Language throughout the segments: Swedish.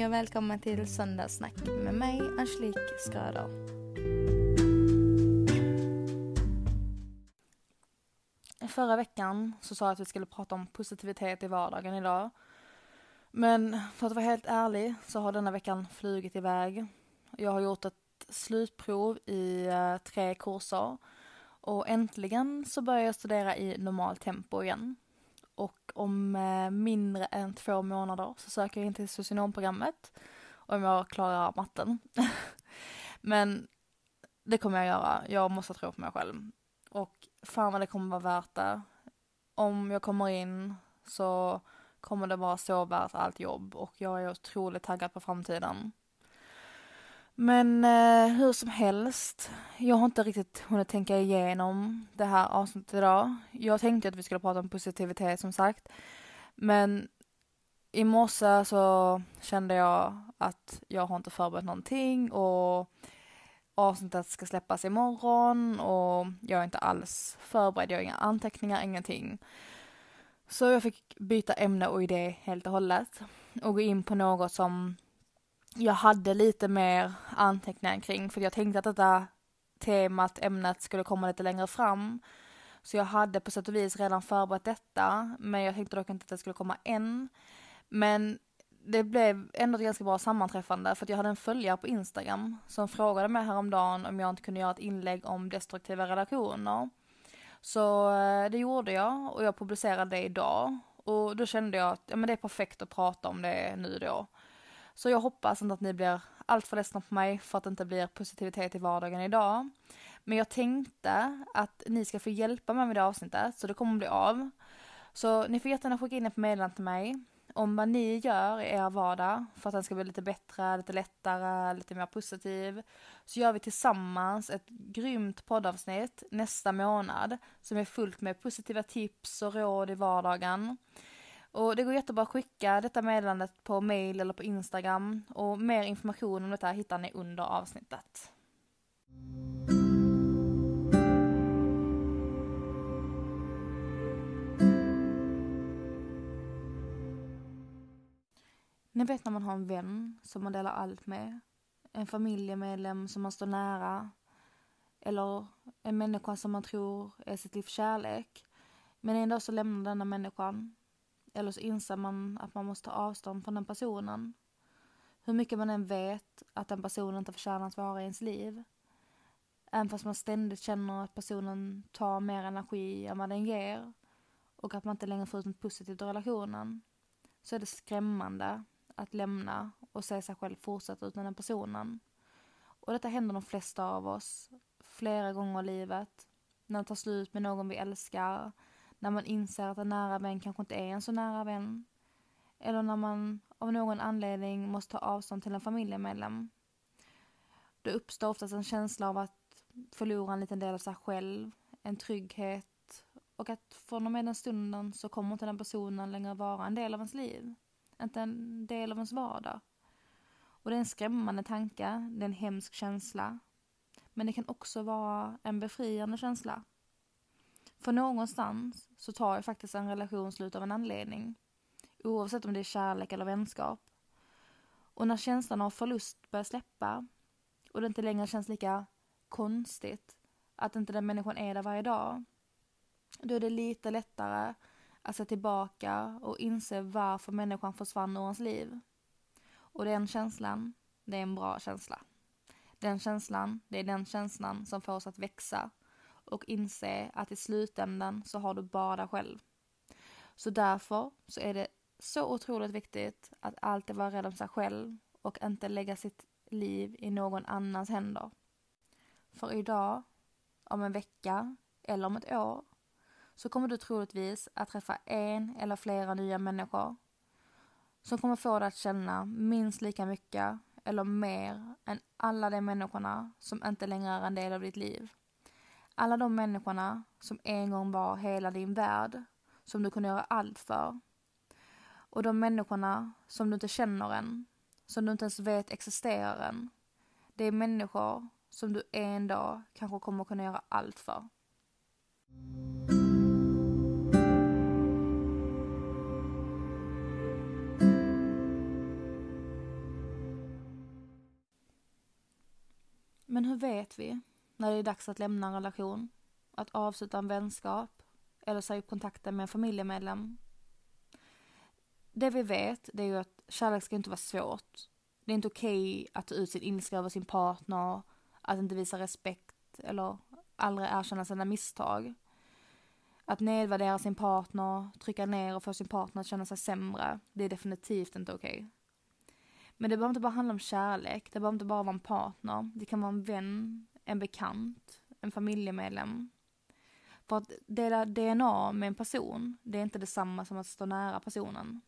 och välkommen till Söndagssnack med mig, Angelique Skröder. Förra veckan så sa jag att vi skulle prata om positivitet i vardagen idag. Men för att vara helt ärlig så har denna veckan flugit iväg. Jag har gjort ett slutprov i 3 kurser. Och äntligen så börjar jag studera i normalt tempo igen. Och om mindre än 2 månader så söker jag in till socionomprogrammet. Om jag klarar matten. Men det kommer jag göra. Jag måste tro på mig själv. Och fan vad det kommer vara värt det. Om jag kommer in så kommer det vara så värt allt jobb. Och jag är otroligt taggad på framtiden. Men hur som helst, jag har inte riktigt hunnit tänka igenom det här avsnittet idag. Jag tänkte att vi skulle prata om positivitet som sagt. Men i morse så kände jag att jag har inte förberett någonting och avsnittet ska släppas imorgon och jag är inte alls förberedd, jag har inga anteckningar, ingenting. Så jag fick byta ämne och idé helt och hållet och gå in på något som jag hade lite mer anteckningar kring, för jag tänkte att detta temat, ämnet skulle komma lite längre fram. Så jag hade på sätt och vis redan förberett detta, men jag tänkte dock inte att det skulle komma än. Men det blev ändå ett ganska bra sammanträffande, för att jag hade en följare på Instagram som frågade mig häromdagen om jag inte kunde göra ett inlägg om destruktiva relationer. Så det gjorde jag och jag publicerade det idag. Och då kände jag att men det är perfekt att prata om det nu då. Så jag hoppas inte att ni blir allt för ledsna på mig för att det inte blir positivitet i vardagen idag. Men jag tänkte att ni ska få hjälpa mig med det avsnittet, så det kommer bli av. Så ni får jättegärna skicka in ett meddelande till mig om vad ni gör i er vardag för att den ska bli lite bättre, lite lättare, lite mer positiv. Så gör vi tillsammans ett grymt poddavsnitt nästa månad som är fullt med positiva tips och råd i vardagen. Och det går jättebra att skicka detta meddelandet på mail eller på Instagram. Och mer information om detta hittar ni under avsnittet. Ni vet när man har en vän som man delar allt med. En familjemedlem som man står nära. Eller en människa som man tror är sitt livs kärlek. Men en dag så lämnar denna människan. Eller så inser man att man måste ta avstånd från den personen. Hur mycket man än vet att den personen inte förtjänar att vara i ens liv. Även fast man ständigt känner att personen tar mer energi än vad den ger. Och att man inte längre får ut något positivt i relationen. Så är det skrämmande att lämna och se sig själv fortsätta utan den personen. Och detta händer de flesta av oss flera gånger i livet. När det tar slut med någon vi älskar. När man inser att en nära vän kanske inte är en så nära vän. Eller när man av någon anledning måste ta avstånd till en familjemedlem. Det uppstår oftast en känsla av att förlora en liten del av sig själv. En trygghet. Och att från och med den stunden så kommer inte den personen längre vara en del av ens liv. Inte en del av ens vardag. Och det är en skrämmande tanke. Det är en hemsk känsla. Men det kan också vara en befriande känsla. För någonstans så tar ju faktiskt en relation slut av en anledning. Oavsett om det är kärlek eller vänskap. Och när känslan av förlust börjar släppa. Och det inte längre känns lika konstigt. Att inte den människan är där varje dag. Då är det lite lättare att se tillbaka och inse varför människan försvann ur ens liv. Och den känslan, det är en bra känsla. Den känslan, det är den känslan som får oss att växa. Och inse att i slutändan så har du bara dig själv. Så därför så är det så otroligt viktigt att alltid vara rädd om sig själv. Och inte lägga sitt liv i någon annans händer. För idag, om en vecka eller om ett år. Så kommer du troligtvis att träffa en eller flera nya människor. Som kommer få dig att känna minst lika mycket eller mer än alla de människorna som inte längre är en del av ditt liv. Alla de människorna som en gång var hela din värld, som du kunde göra allt för. Och de människorna som du inte känner än, som du inte ens vet existerar än. Det är människor som du en dag kanske kommer kunna göra allt för. Men hur vet vi när det är dags att lämna en relation, att avsluta en vänskap eller säga upp kontakten med en familjemedlem? Det vi vet, det är ju att kärlek ska inte vara svårt. Det är inte okej att ta ut sin ilska över sin partner, att inte visa respekt eller aldrig erkänna sina misstag. Att nedvärdera sin partner, trycka ner och få sin partner att känna sig sämre, det är definitivt inte okej. Men det behöver inte bara handla om kärlek, det behöver inte bara vara en partner. Det kan vara en vän, en bekant, en familjemedlem. För att dela DNA med en person, det är inte detsamma som att stå nära personen.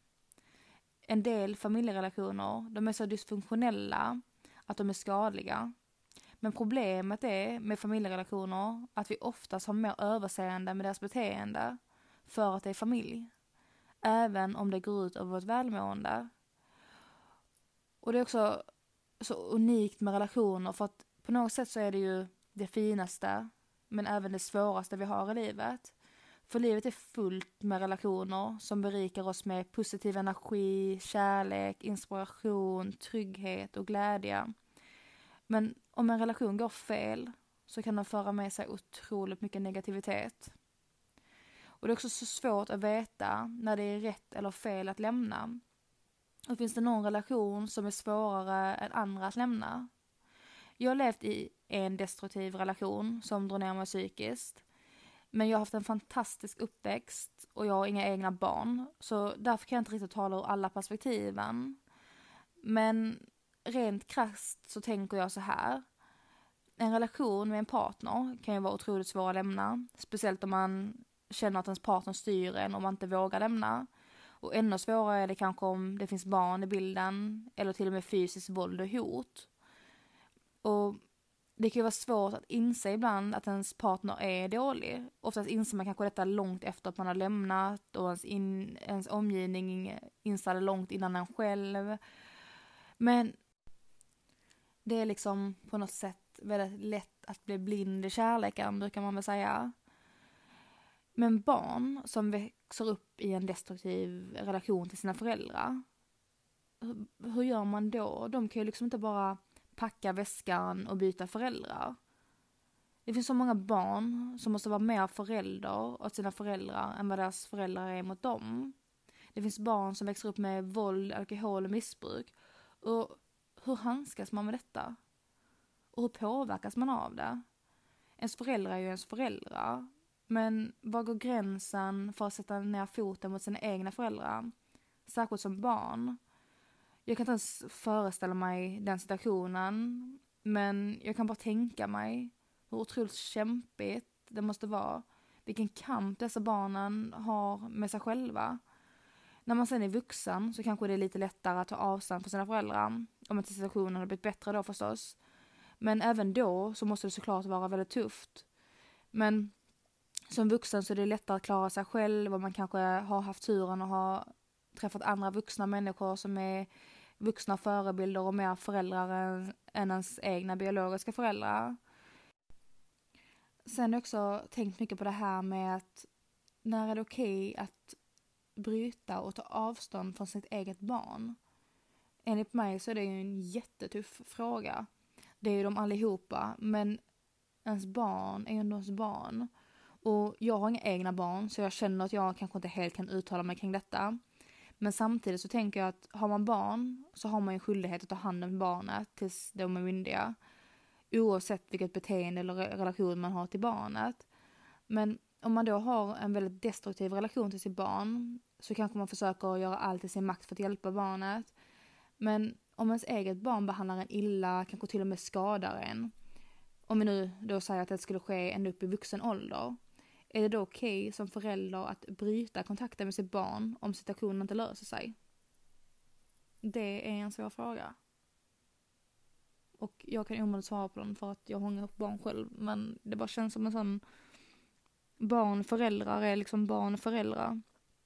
En del familjerelationer, de är så dysfunktionella att de är skadliga. Men problemet är med familjerelationer att vi oftast har mer överseende med deras beteende för att det är familj. Även om det går ut över vårt välmående. Och det är också så unikt med relationer för att på något sätt så är det ju det finaste men även det svåraste vi har i livet. För livet är fullt med relationer som berikar oss med positiv energi, kärlek, inspiration, trygghet och glädje. Men om en relation går fel så kan den föra med sig otroligt mycket negativitet. Och det är också så svårt att veta när det är rätt eller fel att lämna. Och finns det någon relation som är svårare än andra att lämna? Jag har levt i en destruktiv relation som drar ner mig psykiskt. Men jag har haft en fantastisk uppväxt och jag har inga egna barn. Så därför kan jag inte riktigt tala ur alla perspektiven. Men rent krasst så tänker jag så här. En relation med en partner kan ju vara otroligt svår att lämna. Speciellt om man känner att ens partner styr en och man inte vågar lämna. Och ännu svårare är det kanske om det finns barn i bilden eller till och med fysiskt våld och hot. Och det kan ju vara svårt att inse ibland att ens partner är dålig. Oftast inser man kanske detta långt efter att man har lämnat och ens omgivning inser det långt innan en själv. Men det är liksom på något sätt väldigt lätt att bli blind i kärleken, brukar man väl säga. Men barn som växer upp i en destruktiv relation till sina föräldrar, hur gör man då? De kan ju liksom inte bara packa väskan och byta föräldrar. Det finns så många barn som måste vara mer förälder åt sina föräldrar än vad deras föräldrar är mot dem. Det finns barn som växer upp med våld, alkohol och missbruk. Och hur handskas man med detta? Och hur påverkas man av det? Ens föräldrar är ju ens föräldrar. Men var går gränsen för att sätta ner foten mot sina egna föräldrar? Särskilt som barn. Jag kan inte ens föreställa mig den situationen. Men jag kan bara tänka mig hur otroligt kämpigt det måste vara. Vilken kamp dessa barnen har med sig själva. När man sen är vuxen så kanske det är lite lättare att ta avstånd från sina föräldrar. Om inte situationen har blivit bättre då förstås. Men även då så måste det såklart vara väldigt tufft. Men som vuxen så är det lättare att klara sig själv och man kanske har haft turen och har träffat andra vuxna människor som är vuxna förebilder och mer föräldrar än ens egna biologiska föräldrar. Sen har jag också tänkt mycket på det här med att när är det okej att bryta och ta avstånd från sitt eget barn? Enligt mig så är det ju en jättetuff fråga. Det är ju de allihopa, men ens barn är ju ändå ens barn. Och jag har inga egna barn så jag känner att jag kanske inte helt kan uttala mig kring detta. Men samtidigt så tänker jag att har man barn så har man en skyldighet att ta hand om barnet tills de är myndiga. Oavsett vilket beteende eller relation man har till barnet. Men om man då har en väldigt destruktiv relation till sitt barn så kanske man försöker göra allt i sin makt för att hjälpa barnet. Men om ens eget barn behandlar en illa, kanske till och med skadar en. Om vi nu då säger att det skulle ske ända upp i vuxen ålder. Är det då okej som förälder att bryta kontakten med sitt barn om situationen inte löser sig? Det är en svår fråga. Och jag kan omöjligt svara på den för att jag har inga barn själv. Men det bara känns som en sån barn-föräldrar är liksom barn-föräldrar.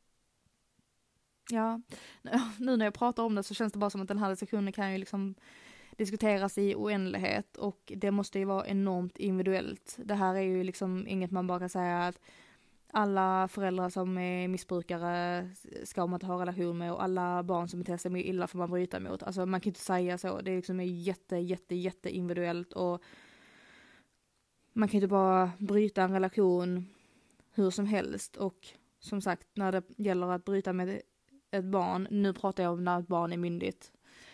Ja, nu när jag pratar om det så känns det bara som att den här diskussionen kan ju liksom diskuteras i oändlighet och det måste ju vara enormt individuellt. Det här är ju liksom inget man bara kan säga att alla föräldrar som är missbrukare ska man inte ha relation med och alla barn som beter sig illa får man bryta emot. Alltså man kan inte säga så. Det är liksom jätte individuellt och man kan ju inte bara bryta en relation hur som helst. Och som sagt, när det gäller att bryta med ett barn, nu pratar jag om när ett barn är myndigt,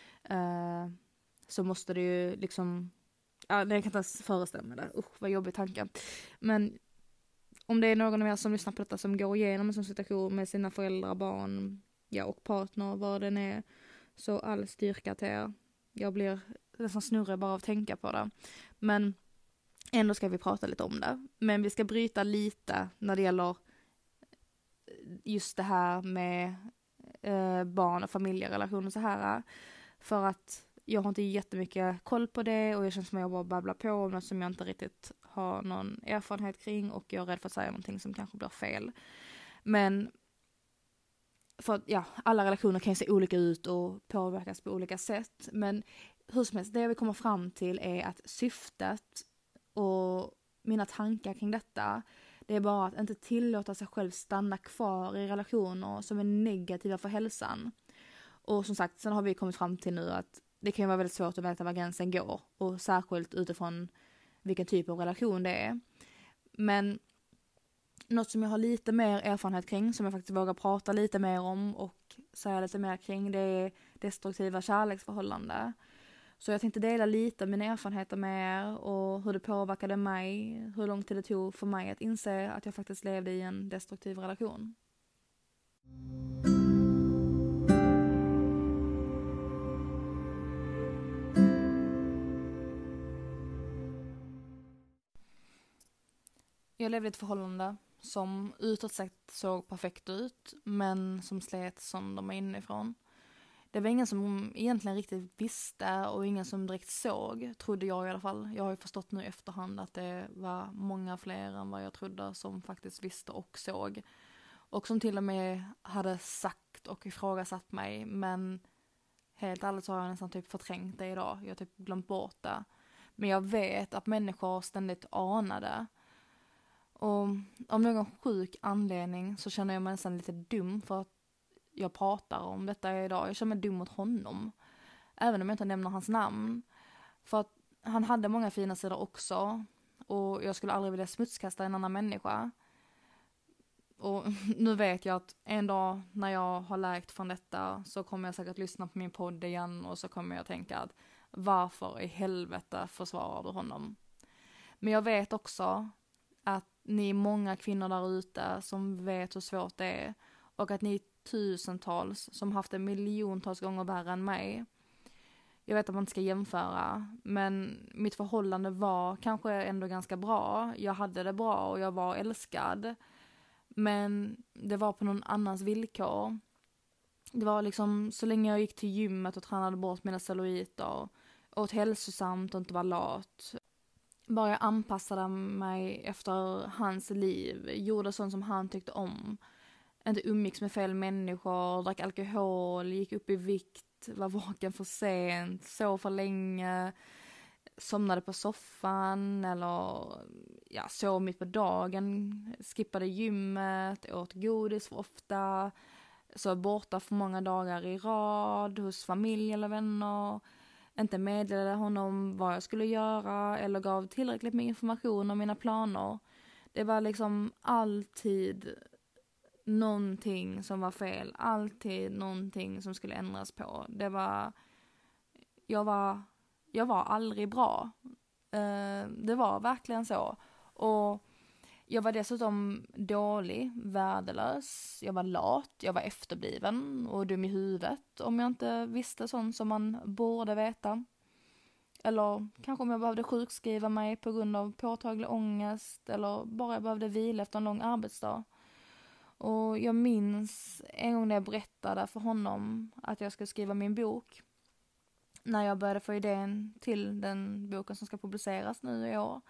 så måste det ju liksom, jag kan inte ens föreställa mig det. Usch, vad jobbig tanke. Men om det är någon av er som lyssnar på detta som går igenom en sån situation med sina föräldrar, barn, och partner, vad den är, så all styrka till er. Jag blir nästan snurrig bara av att tänka på det. Men ändå ska vi prata lite om det. Men vi ska bryta lite när det gäller just det här med barn och familjerelationer så här. För att jag har inte jättemycket koll på det och jag känner som att jag bara babblar på om något som jag inte riktigt har någon erfarenhet kring och jag är rädd för att säga någonting som kanske blir fel. Men för att, alla relationer kan ju se olika ut och påverkas på olika sätt. Men hur som helst, det jag vill komma fram till är att syftet och mina tankar kring detta, det är bara att inte tillåta sig själv stanna kvar i relationer som är negativa för hälsan. Och som sagt, sen har vi kommit fram till nu att det kan ju vara väldigt svårt att veta var gränsen går. Och särskilt utifrån vilken typ av relation det är. Men något som jag har lite mer erfarenhet kring, som jag faktiskt vågar prata lite mer om och säga lite mer kring, det är destruktiva kärleksförhållanden. Så jag tänkte dela lite av mina erfarenheter med er och hur det påverkade mig, hur lång tid det tog för mig att inse att jag faktiskt levde i en destruktiv relation. Jag levde i ett förhållande som utåt sett såg perfekt ut, men som slet sönder mig inifrån. Det var ingen som egentligen riktigt visste och ingen som direkt såg, trodde jag i alla fall. Jag har ju förstått nu i efterhand att det var många fler än vad jag trodde som faktiskt visste och såg. Och som till och med hade sagt och ifrågasatt mig, men helt ärligt så har jag nästan typ förträngt det idag. Jag har typ glömt bort det. Men jag vet att människor ständigt anade. Och av någon sjuk anledning så känner jag mig nästan lite dum för att jag pratar om detta idag. Jag känner mig dum mot honom. Även om jag inte nämner hans namn. För att han hade många fina sidor också. Och jag skulle aldrig vilja smutskasta en annan människa. Och nu vet jag att en dag när jag har läkt från detta så kommer jag säkert lyssna på min podd igen. Och så kommer jag tänka att varför i helvete försvarar du honom? Men jag vet också att ni är många kvinnor där ute som vet hur svårt det är. Och att ni är tusentals som haft det miljontals gånger värre än mig. Jag vet att man inte ska jämföra. Men mitt förhållande var kanske ändå ganska bra. Jag hade det bra och jag var älskad. Men det var på någon annans villkor. Det var liksom så länge jag gick till gymmet och tränade bort mina celluliter. Åt hälsosamt och inte var lat. Bara jag anpassade mig efter hans liv. Gjorde sånt som han tyckte om. Inte umgicks med fel människor. Drack alkohol. Gick upp i vikt. Var vaken för sent. Sov för länge. Somnade på soffan. Eller sov mitt på dagen. Skippade gymmet. Åt godis för ofta. Så borta för många dagar i rad. Hos familj eller vänner. Inte meddelade honom vad jag skulle göra eller gav tillräckligt med information om mina planer. Det var liksom alltid någonting som var fel. Alltid någonting som skulle ändras på. Jag var aldrig bra. Det var verkligen så. Och jag var dessutom dålig, värdelös. Jag var lat, jag var efterbliven och dum i huvudet om jag inte visste sånt som man borde veta. Eller kanske om jag behövde sjukskriva mig på grund av påtaglig ångest eller bara jag behövde vila efter en lång arbetsdag. Och jag minns en gång när jag berättade för honom att jag skulle skriva min bok. När jag började få idén till den boken som ska publiceras nu i år.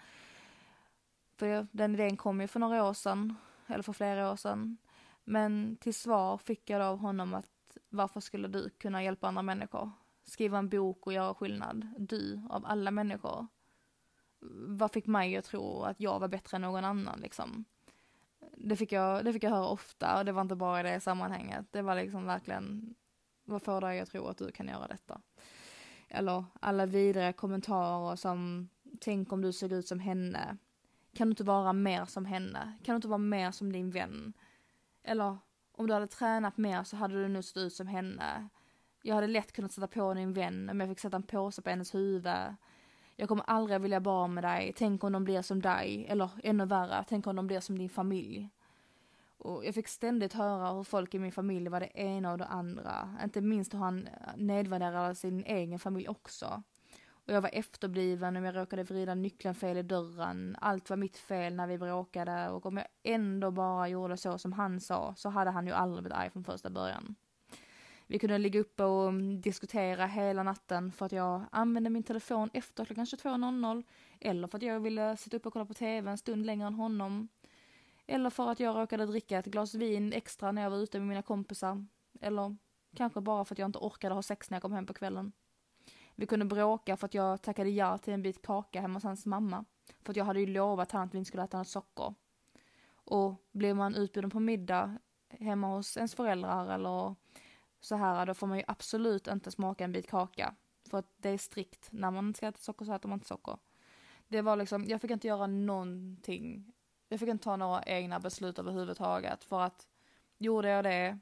För den idén kom ju för några år sedan, eller för flera år sedan. Men till svar fick jag då av honom att varför skulle du kunna hjälpa andra människor? Skriva en bok och göra skillnad. Du, av alla människor. Vad fick mig att tro att jag var bättre än någon annan liksom? Det fick jag höra ofta och det var inte bara i det sammanhanget. Det var liksom verkligen, vad får dig att tro att du kan göra detta? Eller alla vidare kommentarer som, tänk om du såg ut som henne. kan du inte vara mer som henne? Kan du inte vara mer som din vän? Eller om du hade tränat mer så hade du nog sett ut som henne. Jag hade lätt kunnat sätta på din vän om jag fick sätta en påse på hennes huvud. Jag kommer aldrig vilja vara med dig. Tänk om de blir som dig. Eller ännu värre, tänk om de blir som din familj. Och jag fick ständigt höra hur folk i min familj var det ena och det andra. Inte minst hur han nedvärderade sin egen familj också. Och jag var efterbliven om jag råkade vrida nyckeln fel i dörren. Allt var mitt fel när vi bråkade. Och om jag ändå bara gjorde så som han sa så hade han ju aldrig blivit arg från första början. Vi kunde ligga uppe och diskutera hela natten för att jag använde min telefon efter klockan 22.00. Eller för att jag ville sitta upp och kolla på tv en stund längre än honom. Eller för att jag råkade dricka ett glas vin extra när jag var ute med mina kompisar. Eller kanske bara för att jag inte orkade ha sex när jag kom hem på kvällen. Vi kunde bråka för att jag tackade ja till en bit kaka hemma hos hans mamma. För att jag hade ju lovat han att vi inte skulle äta något socker. Och blev man utbjuden på middag hemma hos ens föräldrar eller så här, då får man ju absolut inte smaka en bit kaka. För att det är strikt. När man ska äta socker så äter man inte socker. Det var liksom, jag fick inte göra någonting. Jag fick inte ta några egna beslut överhuvudtaget. För att gjorde jag det,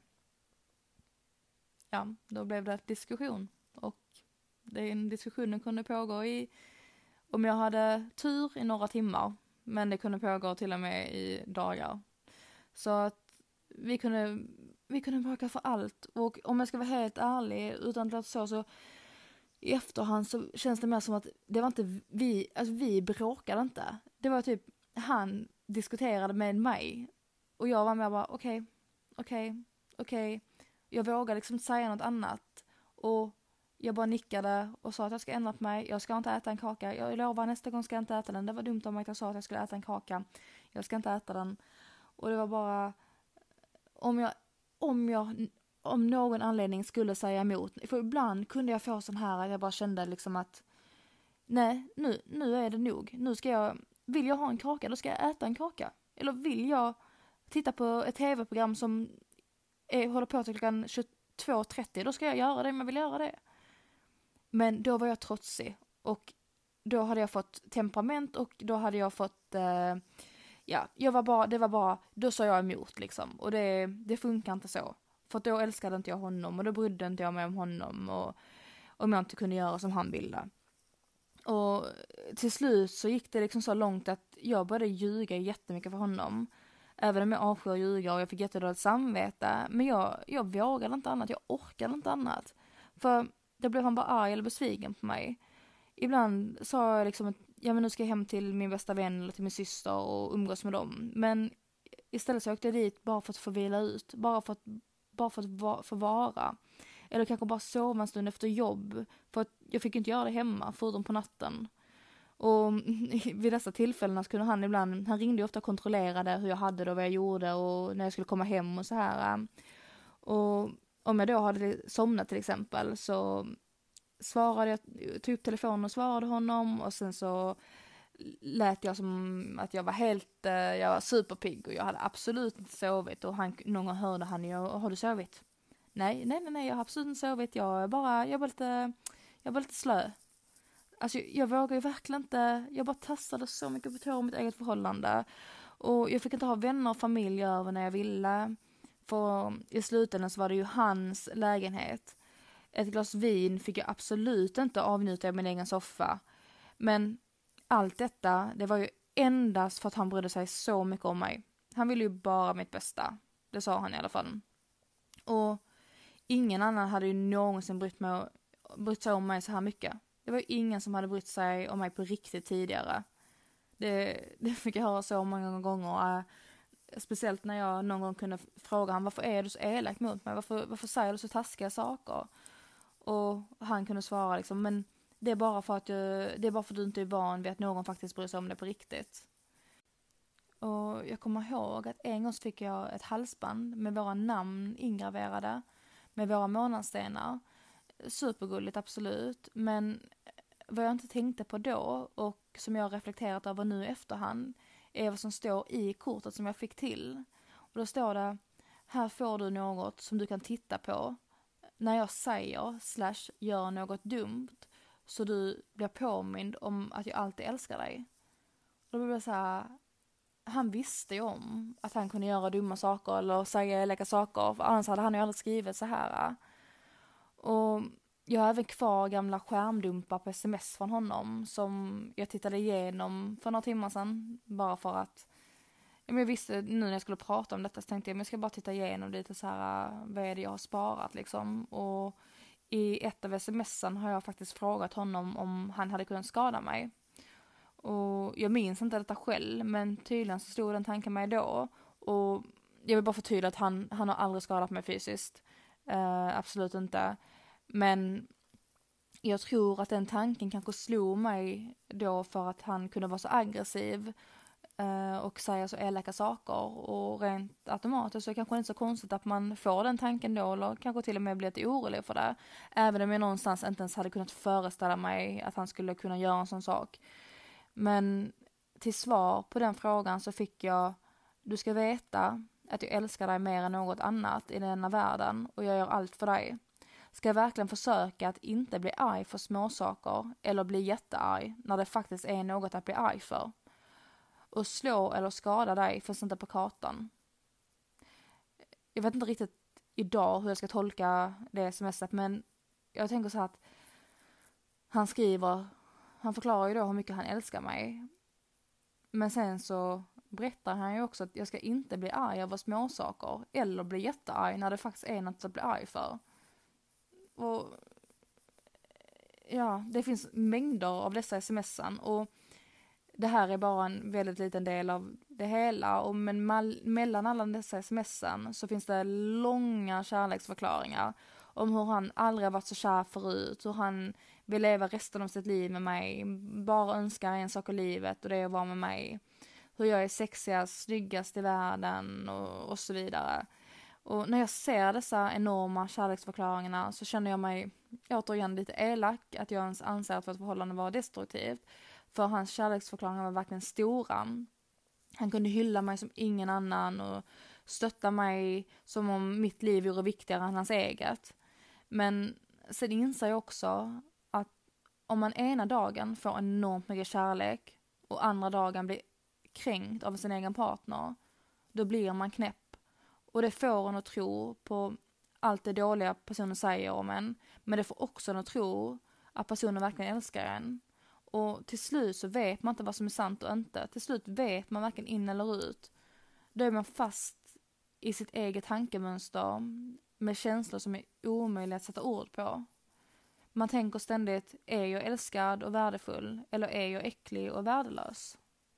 ja, då blev det diskussion. Och den diskussionen kunde pågå om jag hade tur i några timmar. Men det kunde pågå till och med i dagar. Så att vi kunde bråka för allt. Och om jag ska vara helt ärlig, utan att låta så i efterhand så känns det mer som att det var inte vi bråkade inte. Det var typ, han diskuterade med mig. Och jag var med bara, okej. Jag vågade liksom inte säga något annat. Och jag bara nickade och sa att jag ska ändra på mig. Jag ska inte äta en kaka. Jag lovar, nästa gång ska jag inte äta den. Det var dumt av mig att jag sa att jag skulle äta en kaka. Jag ska inte äta den. Och det var bara, om jag om någon anledning skulle säga emot. För ibland kunde jag få sån här att jag bara kände liksom att nej, nu är det nog. Vill jag ha en kaka, då ska jag äta en kaka. Eller vill jag titta på ett tv-program som håller på till klockan 22.30, då ska jag göra det om jag vill göra det. Men då var jag trotsig och då hade jag fått temperament och då hade jag fått då sa jag emot liksom. Och det funkar inte så. För då älskade inte jag honom och då brydde inte jag mig om honom och om jag inte kunde göra som han ville. Och till slut så gick det liksom så långt att jag började ljuga jättemycket för honom. Även om jag avskyr att ljuga och jag fick jättedåligt samvete. Men jag vågade inte annat, jag orkade inte annat. För då blev han bara arg eller besviken på mig. Ibland sa jag liksom att men nu ska jag hem till min bästa vän eller till min syster och umgås med dem. Men istället så åkte jag dit bara för att få vila ut. Bara för att få vara. Eller kanske bara sova en stund efter jobb. För att jag fick inte göra det hemma, förutom på natten. Och vid dessa tillfällen så kunde han ringde ju ofta och kontrollerade hur jag hade det och vad jag gjorde och när jag skulle komma hem och så här. Och om jag då hade somnat till exempel så tog upp telefonen och svarade honom och sen så lät jag som att jag var superpigg och jag hade absolut inte sovit och någon gång hörde han ju, har du sovit? Nej, jag har absolut inte sovit, jag var lite slö. Alltså jag vågar ju verkligen inte, jag bara tassade så mycket på tå mitt eget förhållande. Och jag fick inte ha vänner och familj över när jag ville. För i slutändan så var det ju hans lägenhet. Ett glas vin fick jag absolut inte avnjuta i min egen soffa. Men allt detta, det var ju endast för att han brydde sig så mycket om mig. Han ville ju bara mitt bästa. Det sa han i alla fall. Och ingen annan hade ju någonsin brytt sig om mig så här mycket. Det var ju ingen som hade brytt sig om mig på riktigt tidigare. Det fick jag höra så många gånger. Speciellt när jag någon gång kunde fråga honom, varför är du så elak mot mig? Varför säger du så taskiga saker? Och han kunde svara liksom, men det är bara för att du inte är van vid att någon faktiskt bryr sig om det på riktigt. Och jag kommer ihåg att en gång fick jag ett halsband med våra namn ingraverade, med våra månadsstenar. Supergulligt, absolut. Men vad jag inte tänkte på då och som jag har reflekterat över nu i efterhand är vad som står i kortet som jag fick till. Och då står det, här får du något som du kan titta på när jag säger / gör något dumt så du blir påmind om att jag alltid älskar dig. Då blev jag så här, han visste ju om att han kunde göra dumma saker eller säga elaka saker, för annars hade han ju aldrig skrivit så här. Och jag har även kvar gamla skärmdumpar på sms från honom som jag tittade igenom för några timmar sedan, bara för att jag visste nu när jag skulle prata om detta, så tänkte jag ska bara titta igenom lite så här, vad är det jag har sparat liksom. Och i ett av smsen har jag faktiskt frågat honom om han hade kunnat skada mig. Och jag minns inte detta själv, men tydligen så stod den tanken mig då. Och jag vill bara förtydliga att han har aldrig skadat mig fysiskt. Absolut inte. Men jag tror att den tanken kanske slog mig då för att han kunde vara så aggressiv och säga så elaka saker, och rent automatiskt så är det kanske inte så konstigt att man får den tanken då, eller kanske till och med blir lite orolig för det, även om jag någonstans inte ens hade kunnat föreställa mig att han skulle kunna göra en sån sak. Men till svar på den frågan så fick jag: du ska veta att jag älskar dig mer än något annat i denna världen, och jag gör allt för dig. Ska jag verkligen försöka att inte bli arg för småsaker eller bli jättearg när det faktiskt är något att bli arg för? Och slå eller skada dig finns inte på kartan. Jag vet inte riktigt idag hur jag ska tolka det smset, men jag tänker så här att han förklarar ju då hur mycket han älskar mig. Men sen så berättar han ju också att jag ska inte bli arg över småsaker eller bli jättearg när det faktiskt är något att bli arg för. Och ja, det finns mängder av dessa sms'en, och det här är bara en väldigt liten del av det hela. Och men mellan alla dessa sms'en så finns det långa kärleksförklaringar om hur han aldrig har varit så kär förut, hur han vill leva resten av sitt liv med mig, bara önskar en sak i livet och det är att vara med mig, hur jag är sexigast, snyggast i världen och så vidare. Och när jag ser dessa enorma kärleksförklaringarna så känner jag mig återigen lite elak att jag ens anser att vårt förhållande var destruktivt. För hans kärleksförklaringar var verkligen stora. Han kunde hylla mig som ingen annan och stötta mig som om mitt liv vore viktigare än hans eget. Men sen inser jag också att om man ena dagen får enormt mycket kärlek och andra dagen blir kränkt av sin egen partner, då blir man knäpp. Och det får en att tro på allt det dåliga personen säger om en, men det får också en att tro att personen verkligen älskar en. Och till slut så vet man inte vad som är sant och inte. Till slut vet man varken in eller ut. Då är man fast i sitt eget tankemönster med känslor som är omöjliga att sätta ord på. Man tänker ständigt: är jag älskad och värdefull, eller är jag äcklig och värdelös?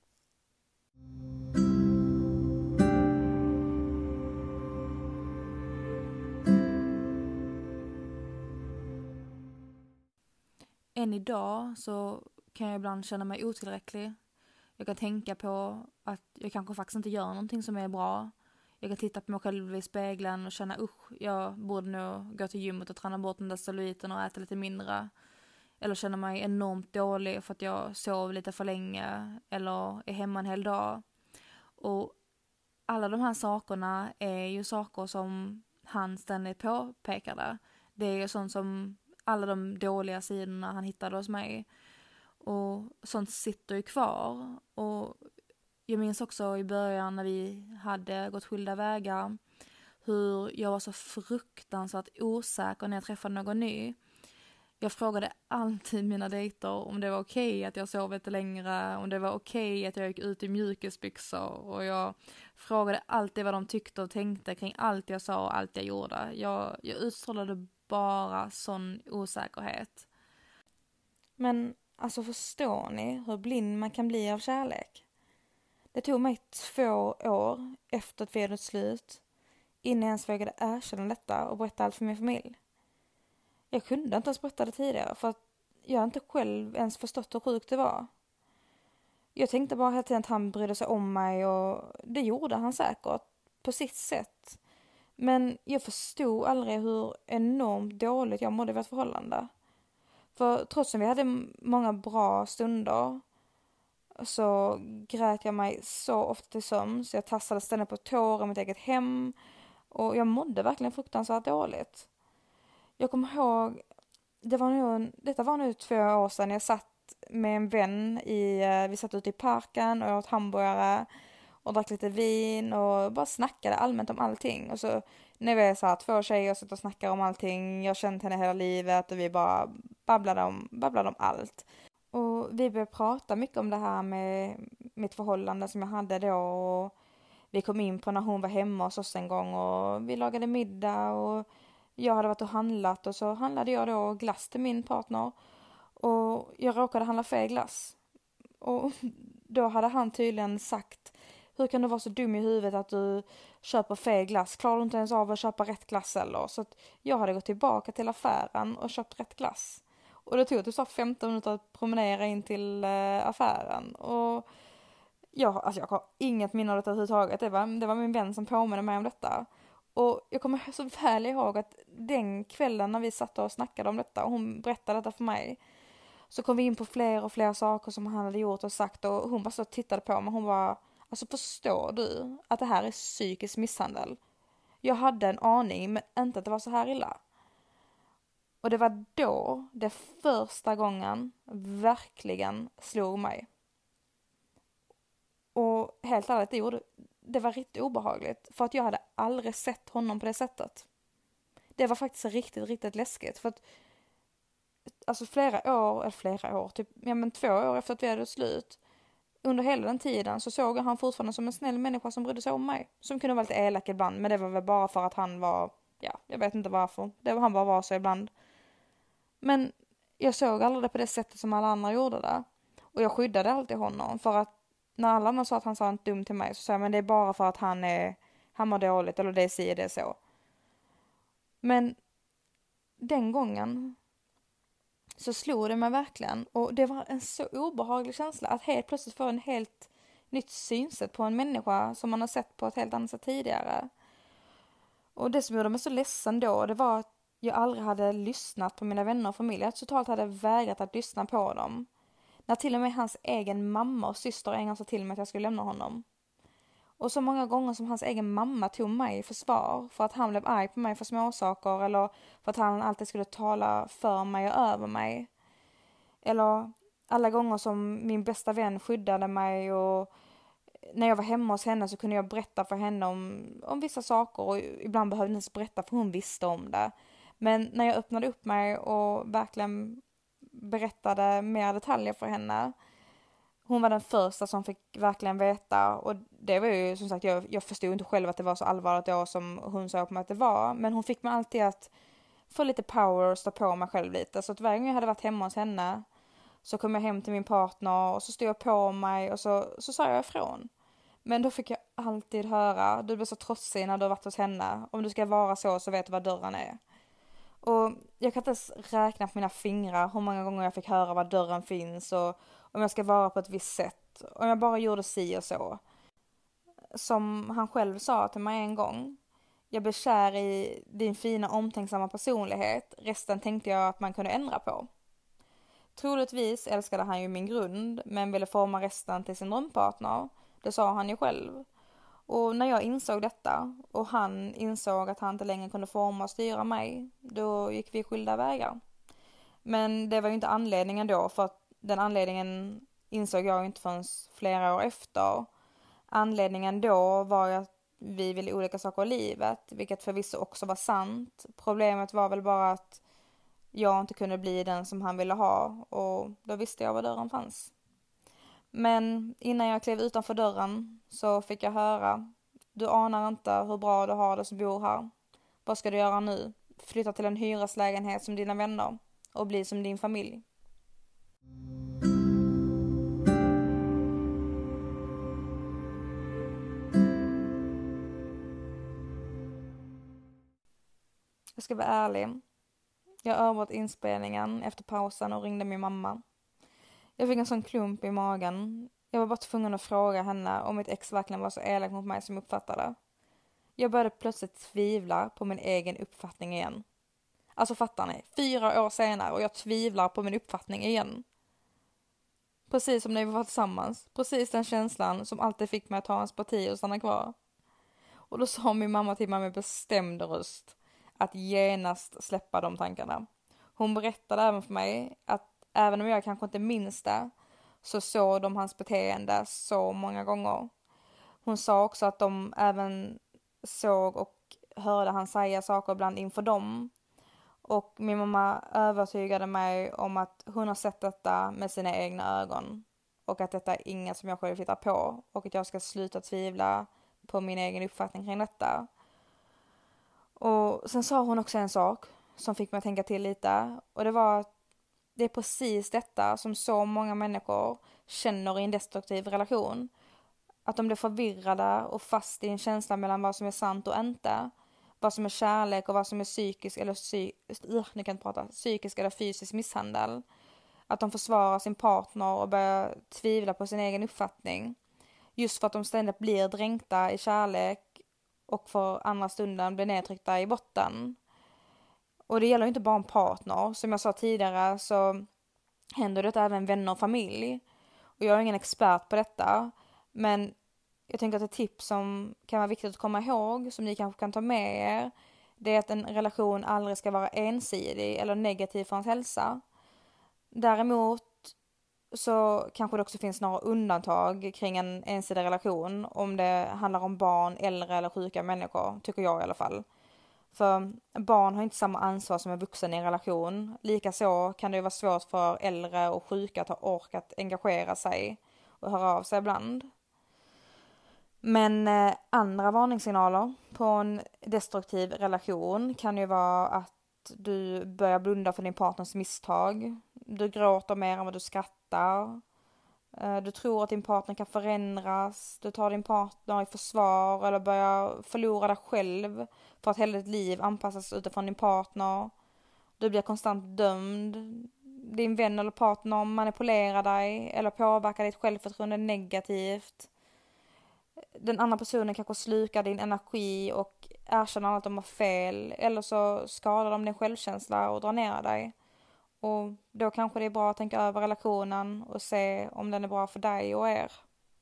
Än idag så kan jag ibland känna mig otillräcklig. Jag kan tänka på att jag kanske faktiskt inte gör någonting som är bra. Jag kan titta på mig själv i spegeln och känna: jag borde nog gå till gymmet och träna bort den där celluliten och äta lite mindre. Eller känna mig enormt dålig för att jag sov lite för länge eller är hemma en hel dag. Och alla de här sakerna är ju saker som han ständigt påpekade. Det är ju sånt som alla de dåliga sidorna han hittade hos mig. Och sånt sitter ju kvar. Och jag minns också i början när vi hade gått skilda vägar hur jag var så fruktansvärt osäker när jag träffade någon ny. Jag frågade alltid mina dejter om det var okej att jag sov lite längre, om det var okej att jag gick ut i mjukisbyxor, och jag frågade alltid vad de tyckte och tänkte kring allt jag sa och allt jag gjorde. Jag utstrålade bara sån osäkerhet. Men alltså, förstår ni hur blind man kan bli av kärlek? Det tog mig 2 år efter att vi hade slut innan jag ens vågade erkänna detta och berätta allt för min familj. Jag kunde inte ens berätta det tidigare för att jag inte själv ens förstått hur sjukt det var. Jag tänkte bara hela tiden att han brydde sig om mig, och det gjorde han säkert på sitt sätt. Men jag förstod aldrig hur enormt dåligt jag mådde i vårt förhållande. För trots att vi hade många bra stunder så grät jag mig så ofta till sömns. Jag tassade ständigt på tår i mitt eget hem, och jag mådde verkligen fruktansvärt dåligt. Jag kommer ihåg, detta var nu 2 år sedan jag satt med en vän vi satt ute i parken och åt hamburgare och drack lite vin och bara snackade allmänt om allting. Och så när vi är så här 2 tjejer och sitter och snackar om allting, jag har känt henne hela livet och vi bara babblade om allt. Och vi började prata mycket om det här med mitt förhållande som jag hade då, och vi kom in på när hon var hemma hos oss en gång och vi lagade middag och jag hade varit och handlat och så handlade jag då glass till min partner och jag råkade handla fel glass. Och då hade han tydligen sagt: hur kan du vara så dum i huvudet att du köper fel glass? Klarar du inte ens av att köpa rätt glass eller? Så att jag hade gått tillbaka till affären och köpt rätt glass. Och det tog typ 15 minuter att promenera in till affären. Och jag har inget minne av detta överhuvudtaget. Det var min vän som påminner mig om detta. Och jag kommer så väl ihåg att den kvällen när vi satt och snackade om detta och hon berättade detta för mig, så kom vi in på fler och fler saker som han hade gjort och sagt, och hon bara så tittade på mig. Hon var alltså, förstår du att det här är psykisk misshandel? Jag hade en aning, men inte att det var så här illa. Och det var då det första gången verkligen slog mig. Och helt ärligt, det var riktigt obehagligt. För att jag hade aldrig sett honom på det sättet. Det var faktiskt riktigt, riktigt läskigt. För att alltså flera år, typ 2 år efter att vi hade slut, under hela den tiden så såg jag han fortfarande som en snäll människa som brydde sig om mig. Som kunde vara lite elak ibland, men det var väl bara för att han var, jag vet inte varför. Han bara var så ibland. Men jag såg aldrig det på det sättet som alla andra gjorde det. Och jag skyddade alltid honom, för att när alla andra sa att han sa inte dum till mig, så sa jag, men det är bara för att han mår dåligt, eller det säger det så. Men den gången så slog det mig verkligen, och det var en så obehaglig känsla att helt plötsligt få en helt nytt synsätt på en människa som man har sett på ett helt annat sätt tidigare. Och det som gjorde mig så ledsen då, det var att jag aldrig hade lyssnat på mina vänner och familj. Jag totalt hade vägrat att lyssna på dem. När till och med hans egen mamma och syster en gång sa till mig att jag skulle lämna honom. Och så många gånger som hans egen mamma tog mig i försvar för att han blev arg på mig för småsaker, eller för att han alltid skulle tala för mig och över mig. Eller alla gånger som min bästa vän skyddade mig, och när jag var hemma hos henne så kunde jag berätta för henne om vissa saker, och ibland behövde jag inte berätta för hon visste om det. Men när jag öppnade upp mig och verkligen berättade mer detaljer för henne, hon var den första som fick verkligen veta. Och det var ju som sagt, jag förstod inte själv att det var så allvarligt då som hon sa på mig att det var. Men hon fick mig alltid att få lite power och stå på mig själv lite. Så att varje gång jag hade varit hemma hos henne så kom jag hem till min partner och så stod jag på mig och så sa jag ifrån. Men då fick jag alltid höra: du blir så trotsig när du har varit hos henne. Om du ska vara så vet du vad dörren är. Och jag kan inte ens räkna på mina fingrar hur många gånger jag fick höra var dörren finns och om jag ska vara på ett visst sätt. Om jag bara gjorde si och så. Som han själv sa till mig en gång: jag blev kär i din fina omtänksamma personlighet. Resten tänkte jag att man kunde ändra på. Troligtvis älskade han ju min grund, men ville forma resten till sin drömpartner. Det sa han ju själv. Och när jag insåg detta och han insåg att han inte längre kunde forma och styra mig, då gick vi skilda vägar. Men det var ju inte anledningen då, för att den anledningen insåg jag inte förrän flera år efter. Anledningen då var ju att vi ville olika saker i livet, vilket förvisso också var sant. Problemet var väl bara att jag inte kunde bli den som han ville ha, och då visste jag var dörren fanns. Men innan jag klev utanför dörren så fick jag höra: du anar inte hur bra du har det som bor här. Vad ska du göra nu? Flytta till en hyreslägenhet som dina vänner och bli som din familj. Jag ska vara ärlig. Jag avbröt inspelningen efter pausen och ringde min mamma. Jag fick en sån klump i magen. Jag var bara tvungen att fråga henne om mitt ex verkligen var så elak mot mig som uppfattade. Jag började plötsligt tvivla på min egen uppfattning igen. Alltså fattar ni? 4 år senare och jag tvivlar på min uppfattning igen. Precis som när vi var tillsammans. Precis den känslan som alltid fick mig att ta hans parti och stanna kvar. Och då sa min mamma till mig med bestämd röst att genast släppa de tankarna. Hon berättade även för mig att även om jag kanske inte minns det, så såg de hans beteende så många gånger. Hon sa också att de även såg och hörde han säga saker ibland inför dem. Och min mamma övertygade mig om att hon har sett detta med sina egna ögon. Och att detta är inget som jag själv hittar på. Och att jag ska sluta tvivla på min egen uppfattning kring detta. Och sen sa hon också en sak som fick mig att tänka till lite. Och det var att det är precis detta som så många människor känner i en destruktiv relation. Att de blir förvirrade och fast i en känsla mellan vad som är sant och inte. Vad som är kärlek och vad som är psykisk eller fysisk misshandel. Att de försvarar sin partner och börjar tvivla på sin egen uppfattning. Just för att de ständigt blir dränkta i kärlek och för andra stunden blir nedtryckta i botten. Och det gäller ju inte bara en partner. Som jag sa tidigare så händer det även vänner och familj. Och jag är ingen expert på detta. Men jag tänker att ett tips som kan vara viktigt att komma ihåg, som ni kanske kan ta med er, det är att en relation aldrig ska vara ensidig eller negativ för ens hälsa. Däremot så kanske det också finns några undantag kring en ensidig relation om det handlar om barn, äldre eller sjuka människor, tycker jag i alla fall. För barn har inte samma ansvar som en vuxen i en relation. Likaså kan det ju vara svårt för äldre och sjuka att ha ork att engagera sig och höra av sig ibland. Men andra varningssignaler på en destruktiv relation kan ju vara att du börjar blunda för din partners misstag. Du gråter mer än vad du skrattar. Du tror att din partner kan förändras. Du tar din partner i försvar eller börjar förlora dig själv för att hela ditt liv anpassas utifrån din partner. Du blir konstant dömd. Din vän eller partner manipulerar dig eller påverkar ditt självförtroende negativt. Den andra personen kanske slukar din energi och erkänner att de har fel, eller så skadar de din självkänsla och drar ner dig. Och då kanske det är bra att tänka över relationen och se om den är bra för dig och er.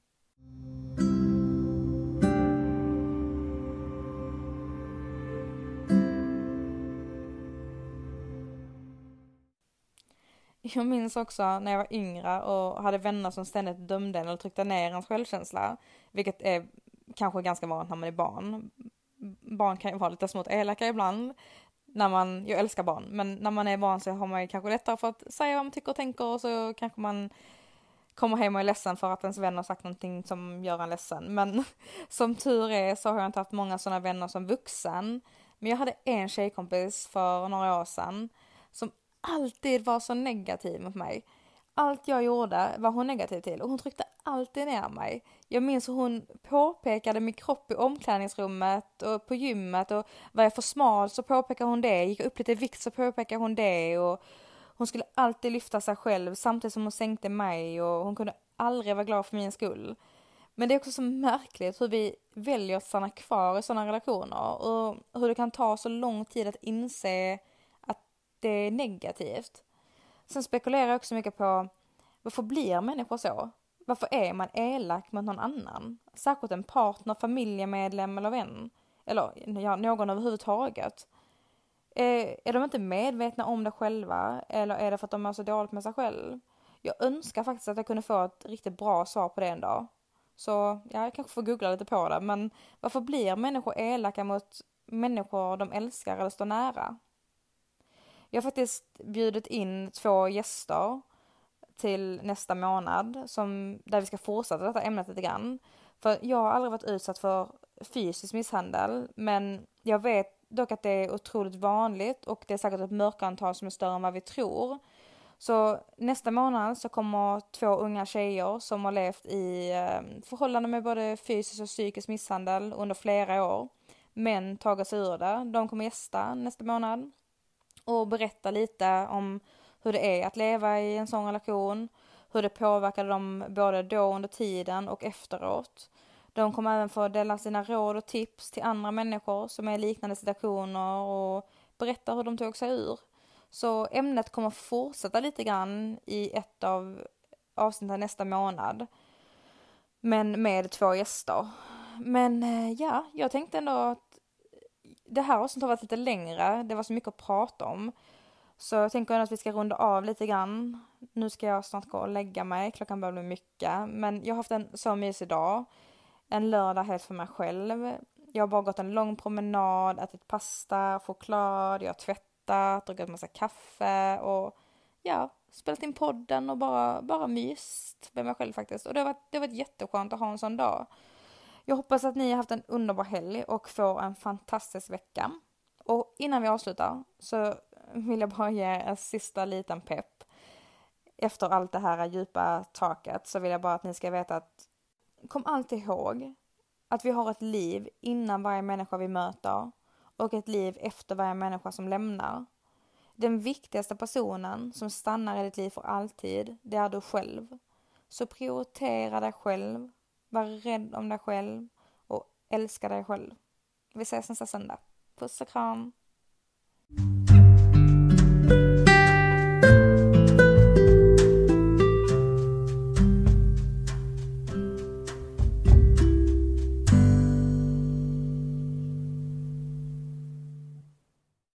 Jag minns också när jag var yngre och hade vänner som ständigt dömde eller tryckte ner ens självkänsla. Vilket är kanske ganska vanligt när man är barn. Barn kan ju vara lite smått elaka ibland. Jag älskar barn, men när man är barn så har man ju kanske lättare för att säga vad man tycker och tänker. Och så kanske man kommer hem och är ledsen för att ens vänner har sagt någonting som gör en ledsen. Men som tur är så har jag inte haft många sådana vänner som vuxen. Men jag hade en tjejkompis för några år sedan som alltid var så negativ mot mig. Allt jag gjorde var hon negativ till och hon tryckte alltid ner mig. Jag minns hur hon påpekade min kropp i omklädningsrummet och på gymmet, och var jag för smal så påpekade hon det. Gick jag upp lite i vikt så påpekade hon det, och hon skulle alltid lyfta sig själv samtidigt som hon sänkte mig, och hon kunde aldrig vara glad för min skull. Men det är också så märkligt hur vi väljer att stanna kvar i sådana relationer och hur det kan ta så lång tid att inse att det är negativt. Sen spekulerar jag också mycket på varför blir människor så? Varför är man elak mot någon annan? Särskilt en partner, familjemedlem eller vän. Eller ja, någon överhuvudtaget. Är de inte medvetna om det själva? Eller är det för att de är så dåligt med sig själv? Jag önskar faktiskt att jag kunde få ett riktigt bra svar på det en dag. Så ja, jag kanske får googla lite på det. Men varför blir människor elaka mot människor de älskar eller står nära? Jag har faktiskt bjudit in 2 gäster till nästa månad där vi ska fortsätta detta ämnet lite grann. För jag har aldrig varit utsatt för fysisk misshandel, men jag vet dock att det är otroligt vanligt och det är säkert ett mörkertal som är större än vad vi tror. Så nästa månad så kommer 2 unga tjejer som har levt i förhållanden med både fysisk och psykisk misshandel under flera år, men tagit sig ur det. De kommer gästa nästa månad och berätta lite om hur det är att leva i en sån relation, hur det påverkade dem både då under tiden och efteråt. De kommer även få dela sina råd och tips till andra människor som är i liknande situationer och berätta hur de tog sig ur. Så ämnet kommer fortsätta lite grann i ett av avsnitten nästa månad, men med 2 gäster. Men ja, jag tänkte ändå att det här avsnittet har varit lite längre. Det var så mycket att prata om. Så jag tänker att vi ska runda av lite grann. Nu ska jag snart gå och lägga mig. Klockan börjar bli mycket. Men jag har haft en så mysig dag. En lördag helt för mig själv. Jag har bara gått en lång promenad, ätit pasta, choklad, jag har tvättat, druckit massa kaffe och ja, spelat in podden och bara myst med mig själv faktiskt. Och det har varit jätteskönt att ha en sån dag. Jag hoppas att ni har haft en underbar helg och får en fantastisk vecka. Och innan vi avslutar så vill jag bara ge en sista liten pepp. Efter allt det här djupa taket så vill jag bara att ni ska veta att kom alltid ihåg att vi har ett liv innan varje människa vi möter och ett liv efter varje människa som lämnar. Den viktigaste personen som stannar i ditt liv för alltid, det är du själv. Så prioritera dig själv, var rädd om dig själv och älska dig själv. Vi ses nästa söndag. Puss och kram!